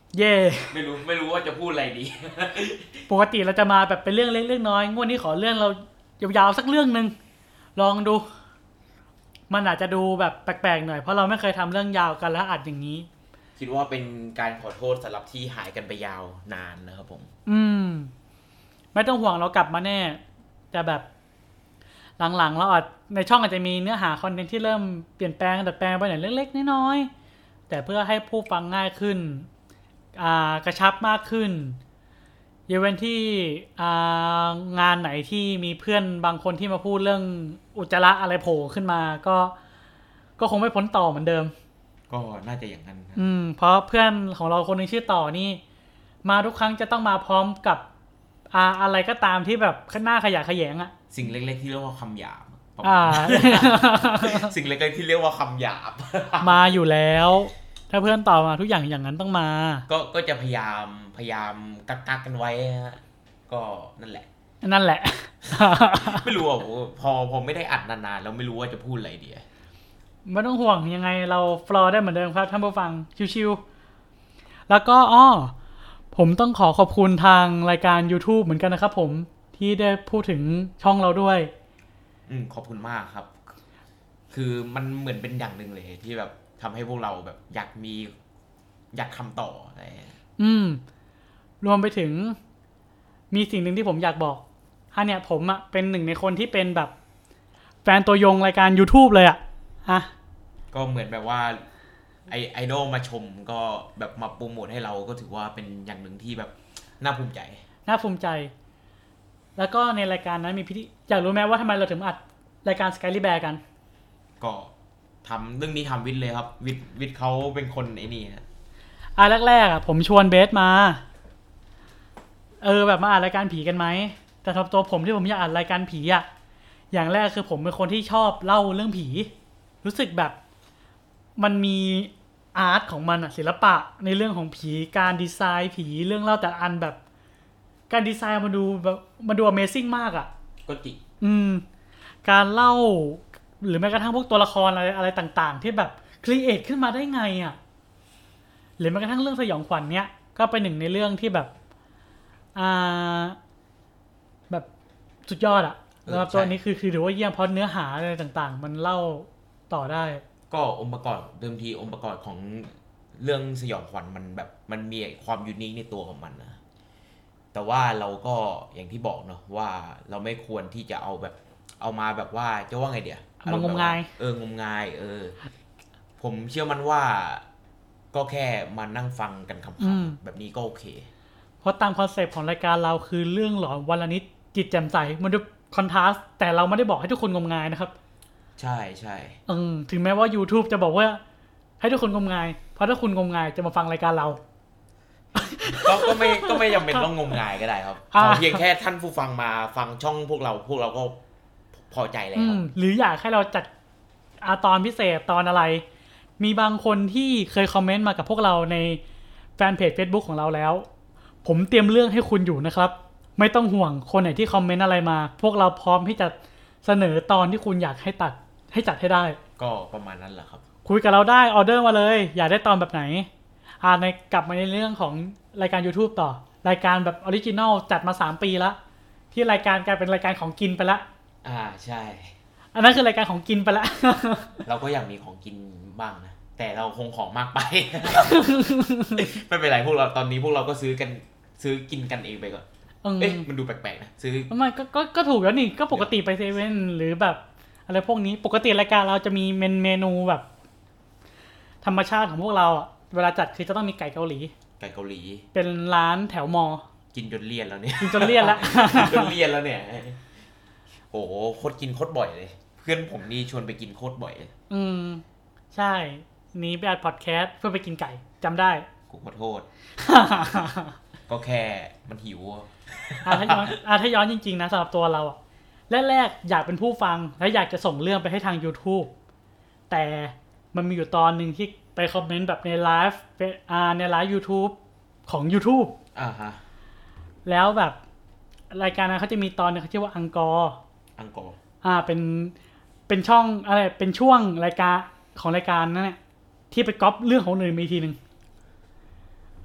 เย่ไม่รู้ไม่รู้ว่าจะพูดอะไรดีปกติเราจะมาแบบเป็นเรื่องเล็กเรื่องน้อยงวดนี้ขอเรื่องเรายาวๆสักเรื่องนึงลองดูมันอาจจะดูแบบแปลกๆหน่อยเพราะเราไม่เคยทำเรื่องยาวกันแล้วอัดอย่างนี้คิดว่าเป็นการขอโทษสำหรับที่หายกันไปยาวนานนะครับผมอืมไม่ต้องห่วงเรากลับมาแน่แต่แบบหลังๆเราอาจในช่องอาจจะมีเนื้อหาคอนเทนต์ที่เริ่มเปลี่ยนแปลงดัดแปลงไปหน่อยเล็กๆน้อยๆแต่เพื่อให้ผู้ฟังง่ายขึ้นอ่ากระชับมากขึ้นยกเว้นที่อ่างานไหนที่มีเพื่อนบางคนที่มาพูดเรื่องอุจจาระอะไรโผล่ขึ้นมาก็ก็คงไม่พ้นต่อเหมือนเดิมก็น่าจะอย่างนั้นอืมเพราะเพื่อนของเราคนนึงชื่อต่อนี่มาทุกครั้งจะต้องมาพร้อมกับอ่าอะไรก็ตามที่แบบหน้าขยะแขยงอะสิ่งเล็กๆที่เรียกว่าคำหยาบอ่าสิ่งเล็กๆที่เรียกว่าคำหยาบมาอยู่แล้วถ้าเพื่อนต่อมาทุกอย่างอย่างนั้นต้องมาก็ก็จะพยายามพยายามกักกักกันไว้ฮะก็นั่นแหละนั่นแหละไม่รู้อ่ะพอพอไม่ได้อัดนานๆแล้วไม่รู้ว่าจะพูดอะไรดีไม่ต้องห่วงยังไงเราฟลอร์ได้เหมือนเดิมครับท่านผู้ฟังชิวๆแล้วก็อ้อผมต้องขอขอบคุณทางรายการ YouTube เหมือนกันนะครับผมที่ได้พูดถึงช่องเราด้วยอืมขอบคุณมากครับคือมันเหมือนเป็นอย่างหนึ่งเลยที่แบบทำให้พวกเราแบบอยากมีอยากทำต่ออะไรอืมรวมไปถึงมีสิ่งหนึ่งที่ผมอยากบอกฮะเนี่ยผมอะเป็นหนึ่งในคนที่เป็นแบบแฟนตัวยงรายการ YouTube เลยอะฮะก็เหมือนแบบว่าไอไอดอลมาชมก็แบบมาโปรโมทให้เราก็ถือว่าเป็นอย่างหนึ่งที่แบบน่าภูมิใจน่าภูมิใจแล้วก็ในรายการนั้นมีพิธีอยากรู้ไหมว่าทำไมเราถึงอัดรายการ Skyly Bear กันก็ทำเรื่องนี้ทำวิทย์เลยครับวิทย์วิทย์เขาเป็นคนไอ้นี่ฮะอ่ะแรกๆอ่ะผมชวนเบสมาเออแบบมาอัดรายการผีกันไหมแต่สำหรับตัวผมที่ผมอยากอัดรายการผีอ่ะอย่างแรกคือผมเป็นคนที่ชอบเล่าเรื่องผีรู้สึกแบบมันมีอาร์ตของมันอะศิลปะในเรื่องของผีการดีไซน์ผีเรื่องเล่าแต่อันแบบการดีไซน์มันดูแบบมันดู Amazing มากอ่ะก็จิอืมการเล่าหรือแม้กระทั่งพวกตัวละครอะไรอะไรต่างๆที่แบบครีเอทขึ้นมาได้ไงอ่ะหรือแม้กระทั่งเรื่องสยองขวัญเนี้ยก็เป็นหนึ่งในเรื่องที่แบบอ่าแบบสุดยอดอ่ะแล้วตัวนี้คือคือถือว่าเยี่ยมเพราะเนื้อหาอะไรต่างๆมันเล่าต่อได้ก็องค์ประกอบเดิมทีองค์ประกอบของเรื่องสยองขวัญมันแบบมันมีความยูนิคในตัวของมันนะแต่ว่าเราก็อย่างที่บอกเนาะว่าเราไม่ควรที่จะเอาแบบเอามาแบบว่าจะว่าไงเดี๋ยวมันงมงายเอองมงายเออผมเชื่อมันว่าก็แค่มานั่งฟังกันคำๆแบบนี้ก็โอเคเพราะตามคอนเซปต์ของรายการเราคือเรื่องหลอนวันละนิดจิตแจ่มใสมันดูคอนทราสต์แต่เราไม่ได้บอกให้ทุกคนงมงายนะครับใช่ใช่อืมถึงแม้ว่า YouTube จะบอกว่าให้ทุกคนงมงายเพราะถ้าคุณงมงายจะมาฟังรายการเราก็ก็ไม่ก็ไม่จำเป็นต้องงมงายก็ได้ครับขอเพียงแค่ท่านผู้ฟังมาฟังช่องพวกเราพวกเราก็พอใจแล้วหรืออยากให้เราจัดอาตอนพิเศษตอนอะไรมีบางคนที่เคยคอมเมนต์มากับพวกเราในแฟนเพจ Facebook ของเราแล้วผมเตรียมเรื่องให้คุณอยู่นะครับไม่ต้องห่วงคนไหนที่คอมเมนต์อะไรมาพวกเราพร้อมที่จะเสนอตอนที่คุณอยากให้ตัดให้จัดให้ได้ก็ประมาณนั้นแหละครับคุยกับเราได้ออเดอร์มาเลยอยากได้ตอนแบบไหนอ่าในกลับมาในเรื่องของรายการ YouTube ต่อรายการแบบออริจินอลจัดมาสามปีแล้วที่รายการกลายเป็นรายการของกินไปละอ่าใช่อันนั้นคือรายการของกินไปละเราก็อยากมีของกินบ้างนะแต่เราคงของมากไป ไม่เป็นไรพวกเราตอนนี้พวกเราก็ซื้อกันซื้อกินกันเองไปก่อนเอ๊ะมันดูแปลกๆนะซื้อไม่ก็ก็ก็ถูกแล้วนี่ก็ปกติไปเซเว่นหรือแบบอะไรพวกนี้ปกติรายการเราจะมีเมนเมนูแบบธรรมชาติของพวกเราอ่ะเวลาจัดคือจะต้องมีไก่เกาหลีไก่เกาหลีเป็นร้านแถวมอกินจนเลี่ยนแล้วเนี่ยกินจนเลี่ยนแล้วจนเลี่ยนแล้วเนี่ยโอ้โหโคตรกินโคตรบ่อยเลยเพื่อนผมนี่ชวนไปกินโคตรบ่อยอืมใช่นี้ไปอัดพอดแคสต์เพื่อไปกินไก่จำได้กูขอโทษก็แค่มันหิวอ่ะถ้าย้อนถ้าย้อนจริงๆนะสำหรับตัวเราอ่ะแรกๆอยากเป็นผู้ฟังและอยากจะส่งเรื่องไปให้ทาง YouTube แต่มันมีอยู่ตอนนึงที่ไปคอมเมนต์แบบในไลฟ์อ่าในไลฟ์ YouTube ของ YouTube อ่าฮะแล้วแบบรายการนั้นเขาจะมีตอนนึงเขาชื่อว่าอังกอร์อังกอร์อ่าเป็นเป็นช่องอะไรเป็นช่วงรายการของรายการนั่นแหละที่ไปก๊อปเรื่องของอื่นมีทีนึงเ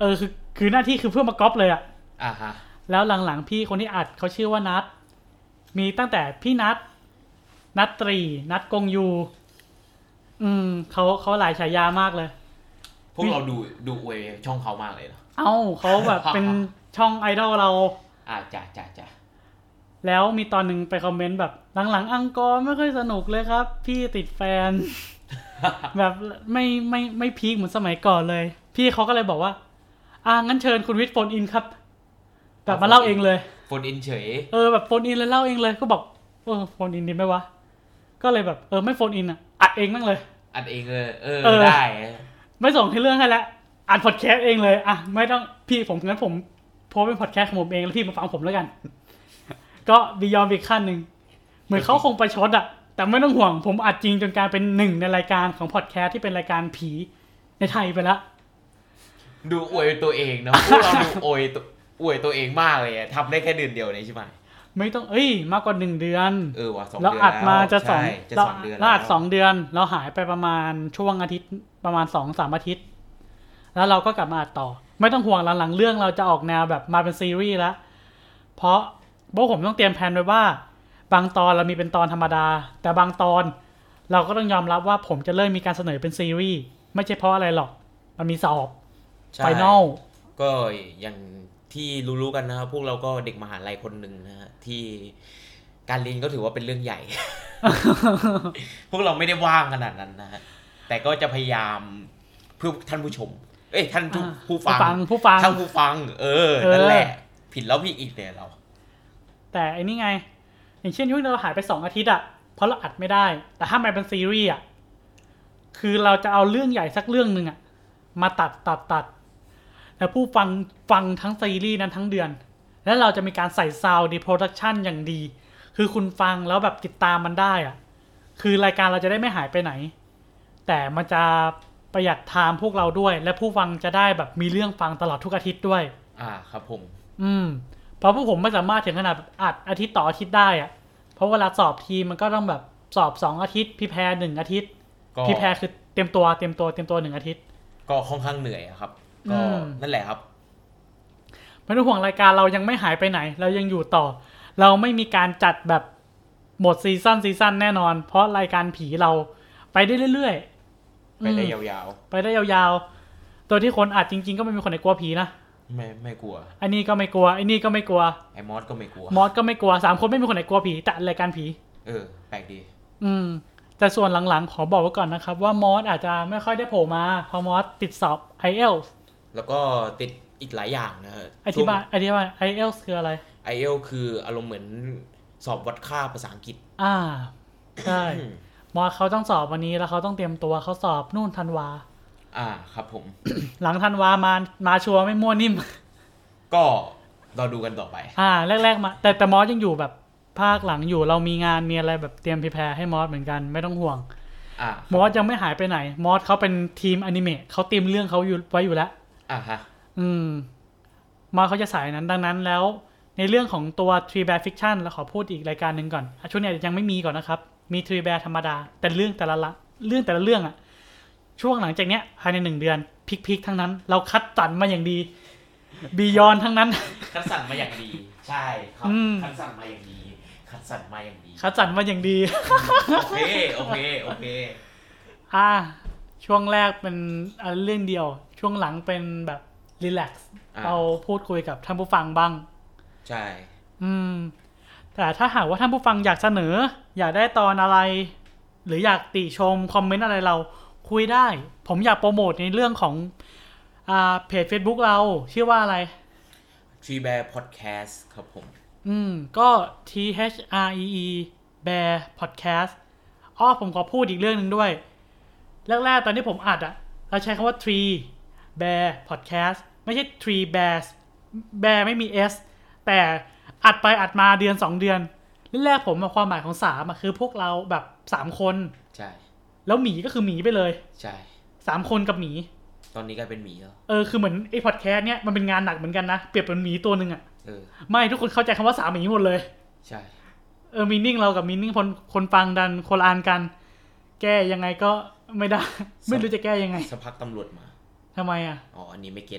ออคือคือหน้าที่คือเพื่อมาก๊อปเลยอ่ะอ่าฮะแล้วหลังๆพี่คนที่อัดเขาชื่อว่านัทมีตั้งแต่พี่นัทนัทตรีนัทกงยูอืมเขาเขาหลายฉายามากเลยพวกเราดูดูอวยช่องเขามากเลยเหรอเอ้าเขาแบบเป็นช่องไอดอลเราอ่าจ้ะจ้ะจ้ะแล้วมีตอนหนึ่งไปคอมเมนต์แบบหลังๆอังกอร์ไม่ค่อยสนุกเลยครับพี่ติดแฟน แบบไม่ไม่ไม่พีคเหมือนสมัยก่อนเลยพี่เขาก็เลยบอกว่าอ่างั้นเชิญคุณวิทย์โฟนอินครับแบบมาเล่าเองเลยโฟนอินเฉยเออแบบโฟนอินเลยเล่าเองเลยก็บอกเออโฟนอินดีไหมวะก็เลยแบบเออไม่โฟนอินอ่ะอัดเองมั่งเลยอัดเองเลยเออได้ไม่ส่งให้เรื่องให้แล้วอัดพอดแคสต์เองเลยอ่ะไม่ต้องพี่ผมงั้นผมโพสเป็นพอดแคสต์ของผมเองแล้วพี่มาฟังผมแล้วกันก็บียอนอีกขั้นหนึ่งเหมือนเขาคงไปช็อตอ่ะแต่ไม่ต้องห่วงผมอัดจริงจนกลายเป็นหนึ่งในรายการของพอดแคสต์ที่เป็นรายการผีในไทยไปแล้วดูอวยตัวเองนะพวกเราดูอวยอวยตัวเองมากเลยทำได้แค่เดือนเดียวนี่ใช่ไหมไม่ต้องเอ้ยมากกว่าหนึ่งเดือนเออว่ะสองเดือนแล้วอัดมาจะสองเดือนแล้วอัดสองเดือนเราหายไปประมาณช่วงอาทิตย์ประมาณสองสามอาทิตย์แล้วเราก็กลับมาอัดต่อไม่ต้องห่วงหลังๆเรื่องเราจะออกแนวแบบมาเป็นซีรีส์แล้วเพราะพวกผมต้องเตรียมแผนไว้ว่าบางตอนเรามีเป็นตอนธรรมดาแต่บางตอนเราก็ต้องยอมรับว่าผมจะเริ่มมีการเสนอเป็นซีรีส์ไม่ใช่เพราะอะไรหรอกมันมีสอบไฟนอลก็อย่างที่รู้ๆกันนะครับพวกเราก็เด็กมหาลัยคนหนึ่งนะฮะที่การเรียนก็ถือว่าเป็นเรื่องใหญ่ พวกเราไม่ได้ว่างขนาดนั้นนะฮะแต่ก็จะพยายามเพื่อท่านผู้ชมเอ้ยท่านผู้ฟังผู้ฟังท่านผู้ฟังเออนั่นแหละผิดแล้วพี่อีกเนี่ยเราแต่ไอ้นี่ไงอย่างเช่นที่เราหายไปสองอาทิตย์อ่ะเพราะเราอัดไม่ได้แต่ถ้ามันเป็นซีรีส์อ่ะคือเราจะเอาเรื่องใหญ่สักเรื่องนึงอ่ะมาตัดตัดตัดแล้วผู้ฟังฟังทั้งซีรีส์นั้นทั้งเดือนแล้วเราจะมีการใส่ซาวด์ดีโปรดักชันอย่างดีคือคุณฟังแล้วแบบติดตามมันได้อ่ะคือรายการเราจะได้ไม่หายไปไหนแต่มันจะประหยัดไทม์พวกเราด้วยและผู้ฟังจะได้แบบมีเรื่องฟังตลอดทุกอาทิตย์ด้วยอ่าครับผมอืมเพราะพวกผมไม่สามารถถึงขนาดอัดอาทิตย์ต่ออาทิตย์ได้อ่ะเพราะเวลาสอบทีมันก็ต้องแบบสอบสองอาทิตย์พิแพร์หนึ่งอาทิตย์พิแพร์คือเตรียมตัวเตรียมตัวเตรียมตัวหนึ่งอาทิตย์ก็ค่อนข้างเหนื่อยครับก็นั่นแหละครับไม่ต้องห่วงรายการเรายังไม่หายไปไหนเรายังอยู่ต่อเราไม่มีการจัดแบบหมดซีซั่นซีซั่นแน่นอนเพราะรายการผีเราไปได้เรื่อยๆไปได้ยาวๆไปได้ยาวๆตัวที่คนอัดจริงๆก็ไม่มีคนไหนกลัวผีนะไม่ไม่กลัวอันนี้ก็ไม่กลัวไอ้นี่ก็ไม่กลัวไอ้มอสก็ไม่กลัวมอสก็ไม่กลัวสามคนไม่มีคนไหนกลัวผีแต่รายการผีเออแปลกดีอืมแต่ส่วนหลังๆขอบอกไว้ก่อนนะครับว่ามอสอาจจะไม่ค่อยได้โผล่มาเพราะมอสติดสอบ ไอ เอล ทีแล้วก็ติดอีกหลายอย่างนะฮะอธิบายอธิบาย ไอ เอล ที คืออะไรไอ เอล ที คืออารมณ์เหมือนสอบวัดค่าภาษาอังกฤษอ่าใช่ มอสเขาต้องสอบวันนี้แล้วเขาต้องเตรียมตัวเขาสอบนู่นธันวาอ่าครับผมหลังธันวามามาชัวร์ไม่มั่วนิ่มก็รอดูกันต่อไปอ่าแรกๆมาแต่แต่มอสยังอยู่แบบภาคหลังอยู่เรามีงานมีอะไรแบบเตรียมพรีแพร์ให้มอสเหมือนกันไม่ต้องห่วงอ่ามอสยังไม่หายไปไหนมอสเขาเป็นทีมอนิเมะเขาเตรียมเรื่องเขาอยู่ไว้อยู่แล้วอ่าฮะอืมมอสเขาจะสายนั้นดังนั้นแล้วในเรื่องของตัว Three Bear Fiction เราขอพูดอีกรายการหนึ่งก่อนช่วงนี้ยังไม่มีก่อนนะครับมี Three Bear ธรรมดาแต่เรื่องแต่ละละเรื่องแต่ละเรื่องอะช่วงหลังจากเนี้ยภายในหนึ่งเดือนพิกๆทั้งนั้นเราคัดสรรมาอย่างดีบียอนทั้งนั้นคัดสรรมาอย่างดีใช่ครับคัดสรรมาอย่างดีคัดสรรมาอย่างดีคัดสรรมาอย่างดีโอเคโอเคโอเคอ่าช่วงแรกเป็นเรื่องเดียวช่วงหลังเป็นแบบรีแลกซ์เราพูดคุยกับท่านผู้ฟังบ้างใช่อืมแต่ถ้าหากว่าท่านผู้ฟังอยากเสนออยากได้ตอนอะไรหรืออยากติชมคอมเมนต์อะไรเราคุยได้ผมอยากโปรโมทในเรื่องของอ่าเพจ Facebook เราชื่อว่าอะไร Three Bear Podcast ครับผมอืมก็ T H R E E Bear Podcast อ้อผมขอพูดอีกเรื่องนึงด้วยแรกๆตอนที่ผมอัดอะเราใช้คำว่า Three Bear Podcast ไม่ใช่ Three Bears Bear ไม่มี S แต่อัดไปอัดมาเดือนสองเดือนแรกๆผมความหมายของสามอะคือพวกเราแบบสามคนใช่แล้วหมีก็คือหมีไปเลยใช่สามคนกับหมีตอนนี้กลายเป็นหมีแล้วเออคือเหมือนไอ้พอดแคสต์เนี้ยมันเป็นงานหนักเหมือนกันนะเปรียบเป็นหมีตัวนึงอะเออไม่ทุกคนเข้าใจคำว่าสามหมีหมดเลยใช่เออมีนิ่งเรากับมีนิ่งคนคนฟังดันคนอ่านกันแก้ยังไงก็ไม่ได้ไม่รู้จะแก้ยังไงสักพักตำรวจมาทำไมอ่ะอ๋ออันนี้ไม่เก็ต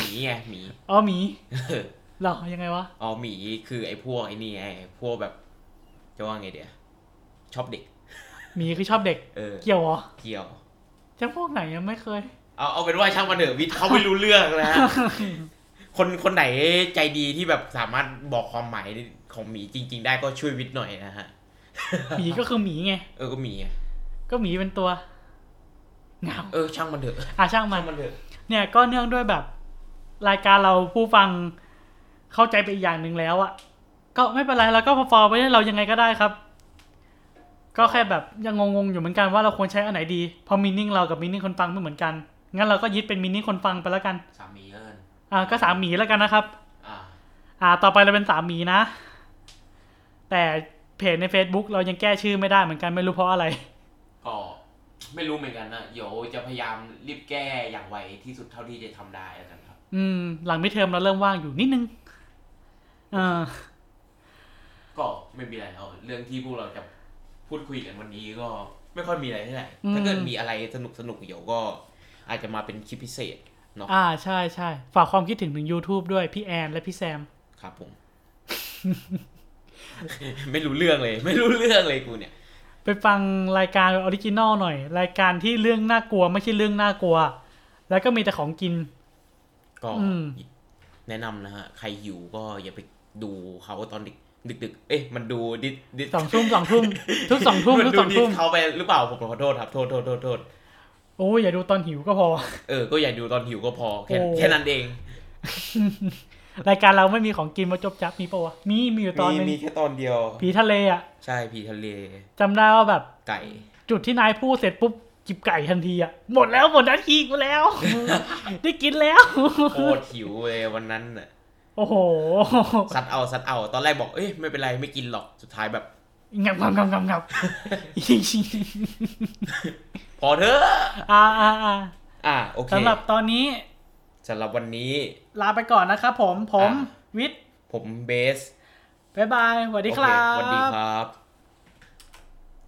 มีไงหมีอ๋อหมีหรอยังไงวะอ๋อหมีคือไอ้พวกไอ้นี่ไงพวกแบบจะว่าไงเดี๋ยวชอบเด็กหมีคือชอบเด็กเออเกี่ยวเหรอเกี่ยวจะพวกไหนยังไม่เคยเอาเอาเป็นว่าช่างมันเถอะวิทย์เขาไม่รู้เรื่องนะฮะคนคนไหนใจดีที่แบบสามารถบอกความหมายของหมีจริงๆได้ก็ช่วยวิทย์หน่อยนะฮะหมีก็คือหมีไงเออก็หมีก็หมีเป็นตัวเงาเออช่างมันเถอะอ่ะช่างมันมันเถอะเนี่ยก็เนื่องด้วยแบบรายการเราผู้ฟังเข้าใจไปอีกอย่างหนึ่งแล้วอะก็ไม่เป็นไรเราก็พอๆไปได้เรายังไงก็ได้ครับก็แค่แบบยังงงๆอยู่เหมือนกันว่าเราควรใช้อันไหนดีพอมีนิ่งเรากับมีนิ่งคนฟังไม่เหมือนกันงั้นเราก็ยึดเป็นมีนิ่งคนฟังไปแล้วกันสามหมีเอิญอ่าก็สามหมีแล้วกันนะครับอ่าอ่าต่อไปเราเป็นสามหมีนะแต่เพจใน Facebook เรายังแก้ชื่อไม่ได้เหมือนกันไม่รู้เพราะอะไรก็ไม่รู้เหมือนกันนะเดี๋ยวจะพยายามรีบแก้อย่างไวที่สุดเท่าที่จะทำได้แล้วกันครับอืมหลังมิดเทอมเราเริ่มว่างอยู่นิดนึงอ่าก็ไม่มีอะไรเอาเรื่องที่พวกเราจะพูดคุยกันวันนี้ก็ไม่ค่อยมีอะไรเท่าไหร่ถ้าเกิดมีอะไรสนุกสนุกเดี๋ยวก็อาจจะมาเป็นคลิปพิเศษเนาะอ่าใช่ใช่ฝากความคิดถึงถึง YouTube ด้วยพี่แอนและพี่แซมครับผม ไม่รู้เรื่องเลยไม่รู้เรื่องเลยกูเนี่ยไปฟังรายการออริจินอลหน่อยรายการที่เรื่องน่ากลัวไม่ใช่เรื่องน่ากลัวแล้วก็มีแต่ของกินก็แนะนำนะฮะใครหิวก็อย่าไปดูเขาตอนดึกดึกๆเอ๊ะมันดูดิดิสองทุ่มสองทุ่มทุกสองทุ่มทุกสองทุ่มเขาไปหรือเปล่าผมขอโทษครับโทษโทษโทษโทษโอ้ยอย่าดูตอนหิวก็พอเออก็อย่าดูตอนหิวก็พอแค่แค่นั้นเองรายการเราไม่มีของกินมาจบจับมีปะวะมีมีอยู่ตอนนึงมีแค่ตอนเดียวผีทะเลอ่ะใช่ผีทะเลจำได้ว่าแบบไก่จุดที่นายพูดเสร็จปุ๊บจิบไก่ทันทีอ่ะหมดแล้วหมดนาทีกูแล้วได้กินแล้วโคตรหิวเลยวันนั้นน่ะโอ้โหซัดเอาซัดเอาตอนแรกบอกเอ้ยไม่เป็นไรไม่กินหรอกสุดท้ายแบบงับงับงับงับงับพอเถอะอ่าอ่าอ่าอ่าโอเคสำหรับตอนนี้สำหรับวันนี้ลาไปก่อนนะครับผมผมวิทย์ผมเบสบ๊ายบายสวัสดีครับสวัสดีครับ